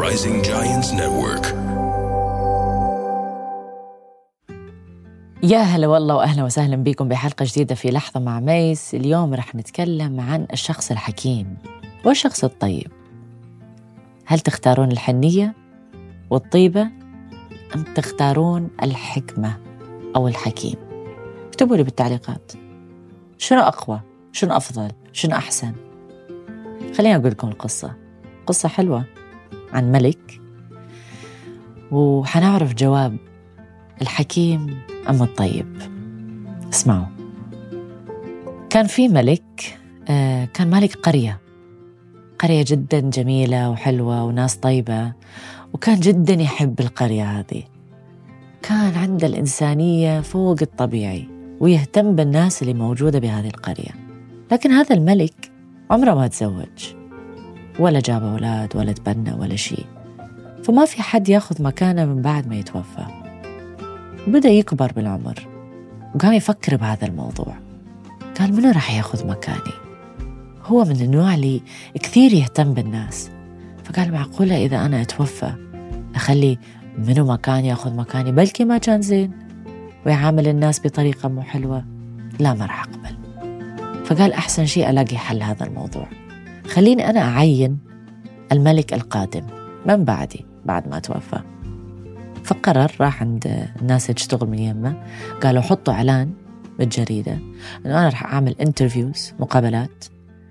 Rising Giants Network. يا هلا والله وأهلا وسهلا بكم بحلقة جديدة في لحظة مع ميس. اليوم رح نتكلم عن الشخص الحكيم والشخص الطيب. هل تختارون الحنية والطيبة أم تختارون الحكمة أو الحكيم؟ اكتبوا لي بالتعليقات شنو أقوى، شنو أفضل، شنو أحسن. خليني أقول لكم قصة حلوة عن ملك، وحنعرف جواب الحكيم أم الطيب. اسمعوا. كان في ملك، كان ملك قرية جدا جميلة وحلوة وناس طيبة، وكان جدا يحب القرية هذه. كان عنده الإنسانية فوق الطبيعي ويهتم بالناس اللي موجودة بهذه القرية. لكن هذا الملك عمره ما تزوج ولا جاب أولاد ولا تبنى ولا شيء، فما في حد ياخذ مكانه من بعد ما يتوفى. بدأ يكبر بالعمر وقام يفكر بهذا الموضوع. قال منو راح ياخذ مكاني؟ هو من النوع اللي كثير يهتم بالناس، فقال معقولة إذا أنا أتوفى أخلي منو مكان ياخذ مكاني؟ بلكي ما كان زين ويعامل الناس بطريقة مو حلوة. لا، ما راح أقبل. فقال أحسن شيء ألاقي حل هذا الموضوع، خليني أنا أعين الملك القادم من بعدي بعد ما توفى. فقرر، راح عند الناس اللي تشتغل من يمه، قالوا حطوا إعلان بالجريدة أنه أنا راح أعمل انترفيوز، مقابلات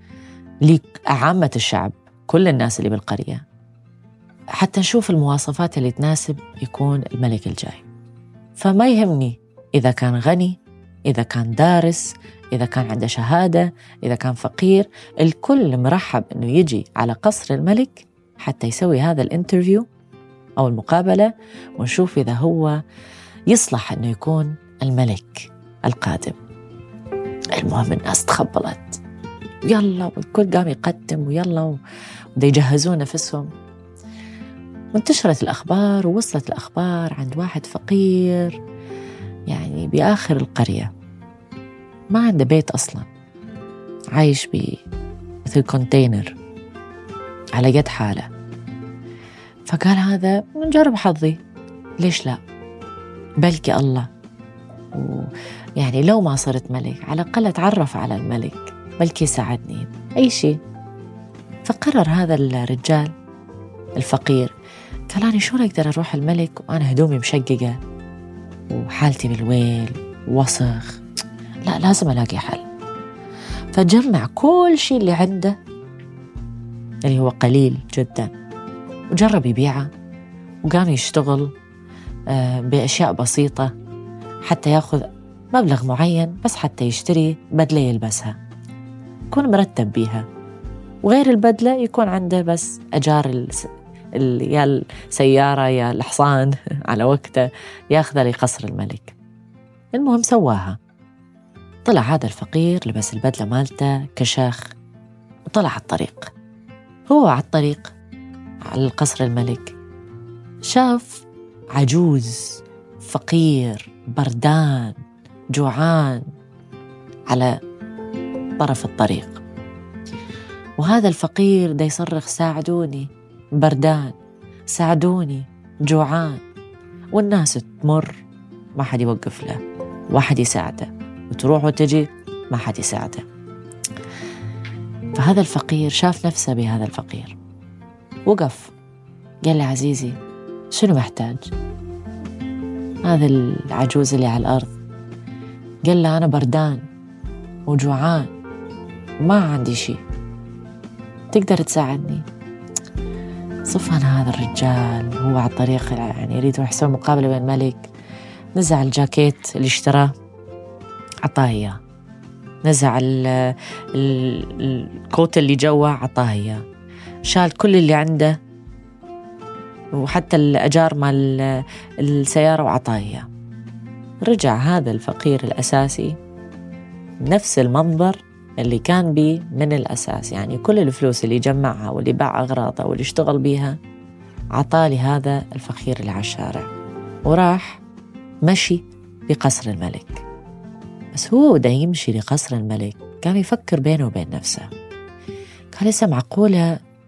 لعامة الشعب، كل الناس اللي بالقرية، حتى نشوف المواصفات اللي تناسب يكون الملك الجاي. فما يهمني إذا كان غني، إذا كان دارس، إذا كان عنده شهادة، إذا كان فقير، الكل مرحب أنه يجي على قصر الملك حتى يسوي هذا الانترفيو أو المقابلة، ونشوف إذا هو يصلح أنه يكون الملك القادم. المهم الناس تخبلت، يلا، والكل قام يقدم ويلا، وده يجهزون نفسهم. وانتشرت الأخبار ووصلت الأخبار عند واحد فقير يعني بآخر القرية، ما عنده بيت أصلا، عايش مثل كونتينر على قد حاله. فقال هذا نجرب حظي، ليش لا؟ بلكي الله، يعني لو ما صرت ملك على الأقل أتعرف على الملك، بلكي يساعدني أي شيء. فقرر هذا الرجال الفقير، قال أنا شو أقدر أروح الملك وأنا هدومي مشققة وحالتي بالويل ووسخ؟ لا، لازم ألاقي حل. فجمع كل شيء اللي عنده اللي هو قليل جدا وجرب يبيعه، وقام يشتغل بأشياء بسيطة حتى يأخذ مبلغ معين، بس حتى يشتري بدلة يلبسها يكون مرتب بيها، وغير البدلة يكون عنده بس أجار يا السيارة يا الحصان على وقته ياخذها لقصر الملك. المهم سواها. طلع هذا الفقير لبس البدلة مالته، كشاخ، وطلع على الطريق. هو على الطريق على القصر الملك شاف عجوز فقير بردان جوعان على طرف الطريق، وهذا الفقير دا يصرخ ساعدوني، بردان، ساعدوني، جوعان. والناس تمر ما حد يوقف له، واحد يساعده، وتروح وتجي ما حد يساعده. فهذا الفقير شاف نفسه بهذا الفقير، وقف قال له عزيزي شنو محتاج؟ هذا العجوز اللي على الأرض قال له أنا بردان وجوعان ما عندي شيء، تقدر تساعدني؟ صفن هذا الرجال هو على الطريق، يعني يريد يروح يسوي مقابلة بين الملك، نزع الجاكيت اللي اشتراه عطاه إياه، نزع الكوت اللي جوا عطاه إياه، شال كل اللي عنده وحتى الأجار مال السيارة وعطاه إياه. رجع هذا الفقير الأساسي نفس المنظر اللي كان بيه من الأساس، يعني كل الفلوس اللي جمعها واللي باع أغراضه واللي اشتغل بيها عطاه لهذا الفقير اللي على الشارع، وراح مشي بقصر الملك. بس هو دا يمشي لقصر الملك كان يفكر بينه وبين نفسه، قال لسه معقولة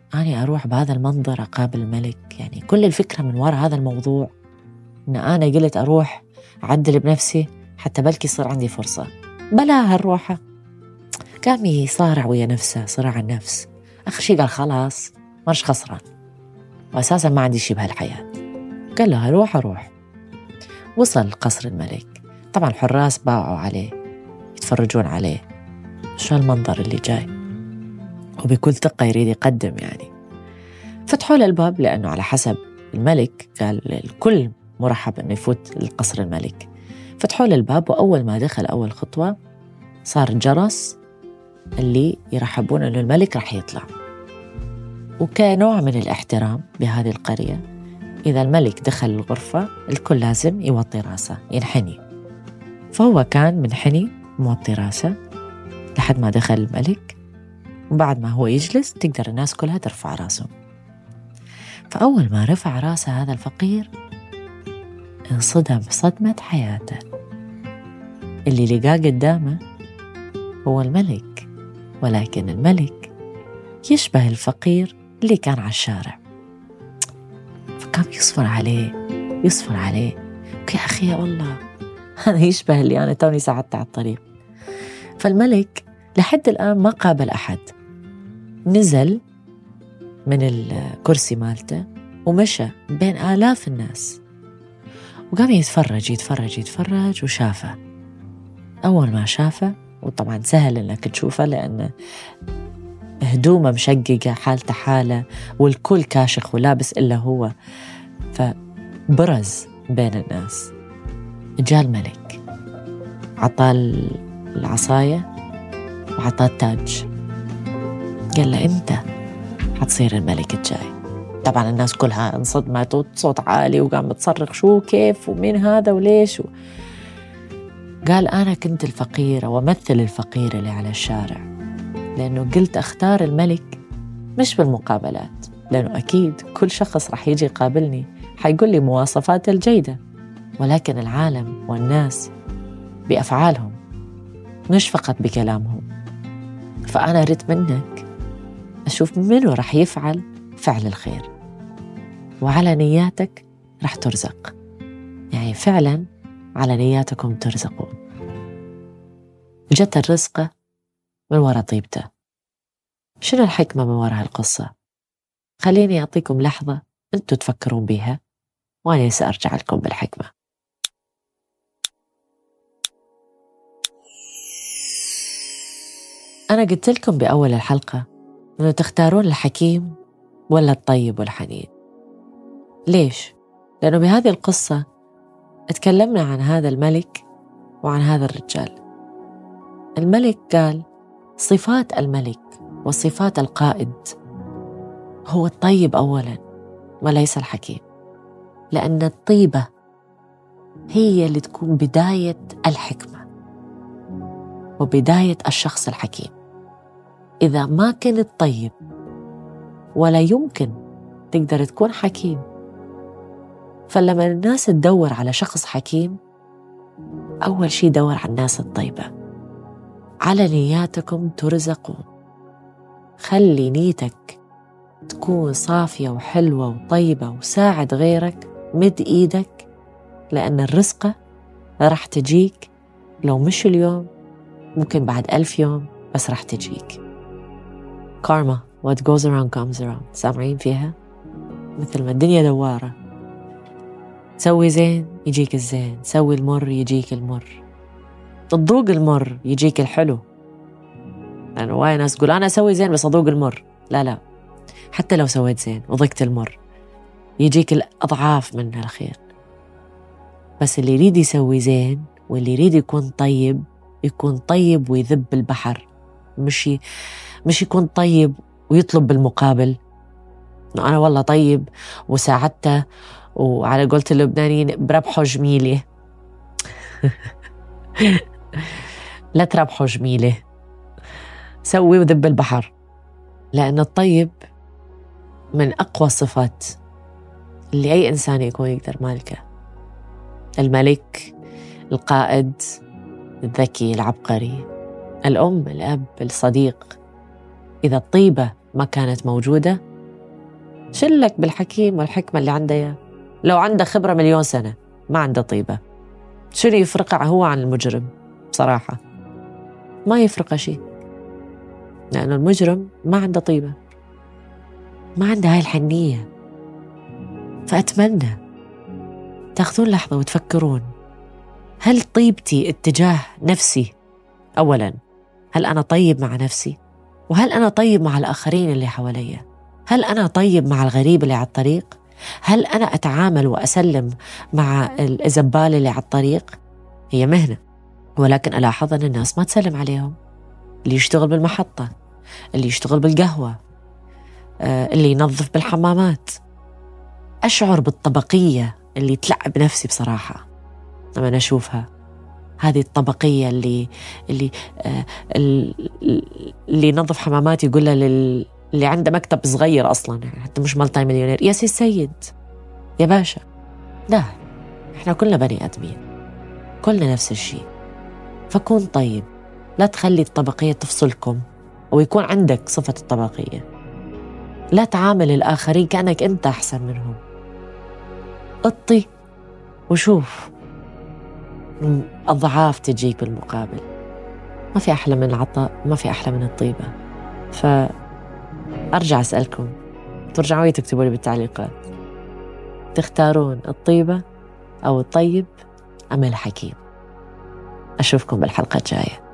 أنا أروح بهذا المنظر أقابل الملك؟ يعني كل الفكرة من وراء هذا الموضوع إن أنا قلت أروح أعدل بنفسي حتى بلكي يصير عندي فرصة. بلا هالروحة قام يصارع ويا نفسه، صراع النفس. آخر شي قال خلاص مرش خسران، وأساسا ما عندي شي بهالحياة. قال له أروح. وصل قصر الملك، طبعا الحراس باعوا عليه يتفرجون عليه شو المنظر اللي جاي، وبكل ثقة يريد يقدم يعني. فتحوا له الباب لأنه على حسب الملك قال الكل مرحب أنه يفوت لقصر الملك. فتحوا له الباب، وأول ما دخل أول خطوة صار الجرس اللي يرحبون أنه الملك رح يطلع. وكنوع من الاحترام بهذه القرية إذا الملك دخل الغرفة الكل لازم يوطي راسه، ينحني. فهو كان منحني موطي راسه لحد ما دخل الملك، وبعد ما هو يجلس تقدر الناس كلها ترفع راسهم. فأول ما رفع راسه هذا الفقير انصدم صدمة حياته. اللي لقاه قدامه هو الملك، ولكن الملك يشبه الفقير اللي كان على الشارع. فكان يصفر عليه يا أخي والله هذا يشبه اللي أنا توني ساعدت على الطريق. فالملك لحد الآن ما قابل أحد، نزل من الكرسي مالته ومشى بين آلاف الناس، وقام يتفرج وشافه. أول ما شافه، وطبعا سهل إنك تشوفه لأن هدومه مشققة حالته حالة، والكل كاشخ ولابس إلا هو، فبرز بين الناس. جاء الملك عطاه العصاية وعطاه التاج، قال له أنت حتصير الملك الجاي. طبعا الناس كلها انصدمت وصوت عالي وقام تصرخ شو كيف ومين هذا وليش قال أنا كنت الفقير ومثل الفقير اللي على الشارع، لأنه قلت أختار الملك مش بالمقابلات، لأنه أكيد كل شخص رح يجي يقابلني حيقول لي مواصفات الجيدة، ولكن العالم والناس بأفعالهم مش فقط بكلامهم. فأنا أريد منك أشوف منو رح يفعل فعل الخير، وعلى نياتك رح ترزق. يعني فعلا على نياتكم ترزقون. جت الرزقة من وراء طيبته. شنو الحكمة من وراء القصة؟ خليني أعطيكم لحظة أنتوا تفكرون بيها وأنا سأرجع لكم بالحكمة. أنا قلت لكم بأول الحلقة أنه تختارون الحكيم ولا الطيب والحنين. ليش؟ لأنه بهذه القصة اتكلمنا عن هذا الملك وعن هذا الرجال. الملك قال صفات الملك وصفات القائد هو الطيب أولاً وليس الحكيم، لأن الطيبة هي اللي تكون بداية الحكمة وبداية الشخص الحكيم. إذا ما كنت طيب ولا يمكن تقدر تكون حكيم. فلما الناس تدور على شخص حكيم، أول شيء دور على الناس الطيبة. على نياتكم ترزقون. خلي نيتك تكون صافية وحلوة وطيبة، وساعد غيرك، مد إيدك، لأن الرزقة رح تجيك لو مش اليوم ممكن بعد 1000 يوم، بس رح تجيك. كارما what goes around comes around. سامعين فيها؟ مثل ما الدنيا دوارة، سوي زين يجيك الزين، سوي المر يجيك المر، تذوق المر يجيك الحلو. لأنه وايد ناس تقول أنا أسوي زين بس أذوق المر. لا، حتى لو سويت زين وضقت المر يجيك الأضعاف من الخير. بس اللي يريد يسوي زين واللي يريد يكون طيب، يكون طيب ويذب البحر، مش يكون طيب ويطلب بالمقابل إنه أنا والله طيب وساعدته، وعلى قولة اللبنانيين بربحه جميلة. لا تربحه جميلة، سوي وذب البحر. لأن الطيب من أقوى الصفات اللي أي إنسان يكون يقدر مالكه. الملك، القائد، الذكي، العبقري، الأم، الأب، الصديق. إذا الطيبة ما كانت موجودة شلك بالحكيم والحكمة اللي عنده إياه. لو عنده خبرة 1,000,000 سنة ما عنده طيبة، شنو يفرقه هو عن المجرم؟ بصراحة ما يفرقه شيء، لأنه المجرم ما عنده طيبة، ما عنده هاي الحنية. فأتمنى تاخذون لحظة وتفكرون، هل طيبتي اتجاه نفسي أولاً؟ هل أنا طيب مع نفسي؟ وهل أنا طيب مع الآخرين اللي حواليا؟ هل أنا طيب مع الغريب اللي على الطريق؟ هل أنا أتعامل وأسلم مع الزبال اللي على الطريق؟ هي مهنة، ولكن ألاحظ أن الناس ما تسلم عليهم. اللي يشتغل بالمحطة، اللي يشتغل بالقهوة، اللي ينظف بالحمامات. أشعر بالطبقية اللي تلعب نفسي بصراحة لما أنا أشوفها. هذه الطبقية اللي ينظف حمامات يقول له اللي عنده مكتب صغير أصلاً، يعني حتى مش مالتي مليونير، يا سي السيد يا باشا. لا، إحنا كلنا بني آدمين، كلنا نفس الشيء. فكون طيب، لا تخلي الطبقية تفصلكم ويكون عندك صفة الطبقية. لا تعامل الآخرين كأنك أنت أحسن منهم. اطي وشوف أضعاف تجيك بالمقابل. ما في أحلى من العطاء، ما في أحلى من الطيبة. فأرجع أسألكم، ترجعوا تكتبوا لي بالتعليقات، تختارون الطيبة أو الطيب أم الحكيم؟ أشوفكم بالحلقة الجاية.